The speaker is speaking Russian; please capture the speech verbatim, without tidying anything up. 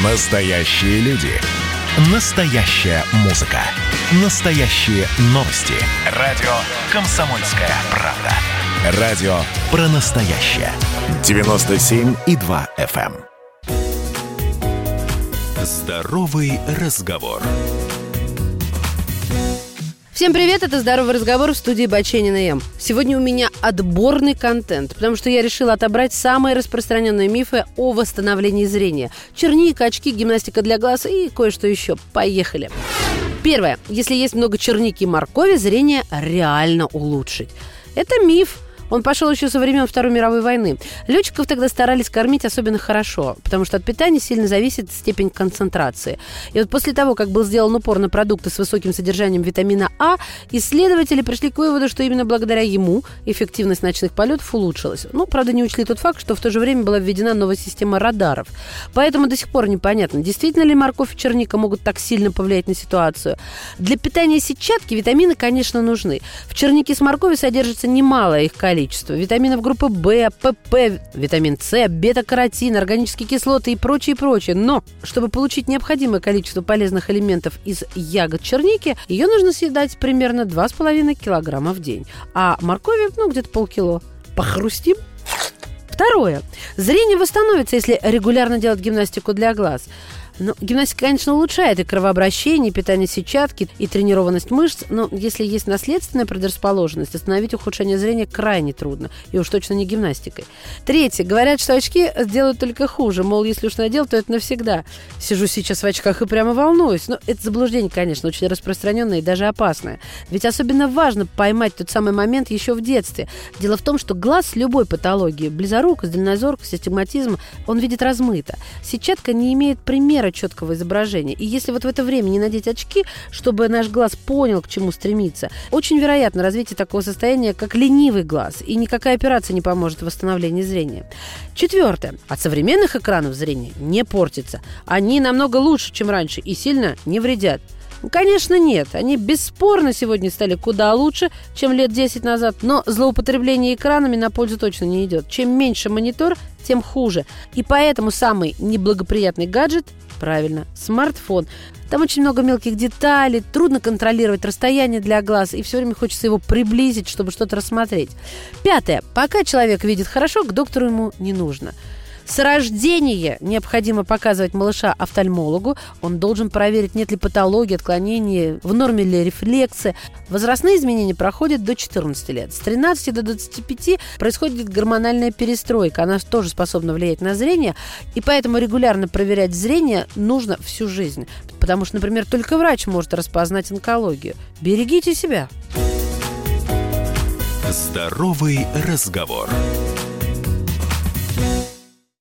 Настоящие люди. Настоящая музыка. Настоящие новости. Радио «Комсомольская правда». Радио про настоящее. девяносто семь и два эф эм. Здоровый разговор. Всем привет, это «Здоровый разговор» в студии Баченина М. Сегодня у меня отборный контент, потому что я решила отобрать самые распространенные мифы о восстановлении зрения. Черника, очки, гимнастика для глаз и кое-что еще. Поехали. Первое. Если есть много черники и моркови, зрение реально улучшить. Это миф. Он пошел еще со времен Второй мировой войны. Летчиков тогда старались кормить особенно хорошо, потому что от питания сильно зависит степень концентрации. И вот после того, как был сделан упор на продукты с высоким содержанием витамина А, исследователи пришли к выводу, что именно благодаря ему эффективность ночных полетов улучшилась. Ну, правда, не учли тот факт, что в то же время была введена новая система радаров. Поэтому до сих пор непонятно, действительно ли морковь и черника могут так сильно повлиять на ситуацию. Для питания сетчатки витамины, конечно, нужны. В чернике с морковью содержится немалое их количество. Витаминов группы В, ПП, витамин С, бета-каротин, органические кислоты и прочее, прочее. Но, чтобы получить необходимое количество полезных элементов из ягод черники, ее нужно съедать примерно два с половиной килограмма в день. А моркови, ну, где-то полкило. Похрустим? Второе. Зрение восстановится, если регулярно делать гимнастику для глаз. Ну, гимнастика, конечно, улучшает и кровообращение, и питание сетчатки, и тренированность мышц, но если есть наследственная предрасположенность, остановить ухудшение зрения крайне трудно, и уж точно не гимнастикой. Третье. Говорят, что очки сделают только хуже, мол, если уж надел, то это навсегда. Сижу сейчас в очках и прямо волнуюсь. Но это заблуждение, конечно, очень распространенное и даже опасное. Ведь особенно важно поймать тот самый момент еще в детстве. Дело в том, что глаз с любой патологией, близорукость, дальнозоркость, астигматизм, он видит размыто. Сетчатка не имеет примера четкого изображения. И если вот в это время не надеть очки, чтобы наш глаз понял, к чему стремиться, очень вероятно развитие такого состояния, как ленивый глаз, и никакая операция не поможет в восстановлении зрения. Четвертое. От современных экранов зрение не портится. Они намного лучше, чем раньше, и сильно не вредят. Ну, конечно, нет. Они бесспорно сегодня стали куда лучше, чем лет десять назад. Но злоупотребление экранами на пользу точно не идет. Чем меньше монитор, тем хуже. И поэтому самый неблагоприятный гаджет, правильно, смартфон. Там очень много мелких деталей, трудно контролировать расстояние для глаз, и все время хочется его приблизить, чтобы что-то рассмотреть. Пятое. Пока человек видит хорошо, к доктору ему не нужно. С рождения необходимо показывать малыша офтальмологу. Он должен проверить, нет ли патологии, отклонений, в норме ли рефлексы. Возрастные изменения проходят до четырнадцати лет. С тринадцати до двадцати пяти происходит гормональная перестройка. Она тоже способна влиять на зрение. И поэтому регулярно проверять зрение нужно всю жизнь. Потому что, например, только врач может распознать онкологию. Берегите себя. Здоровый разговор.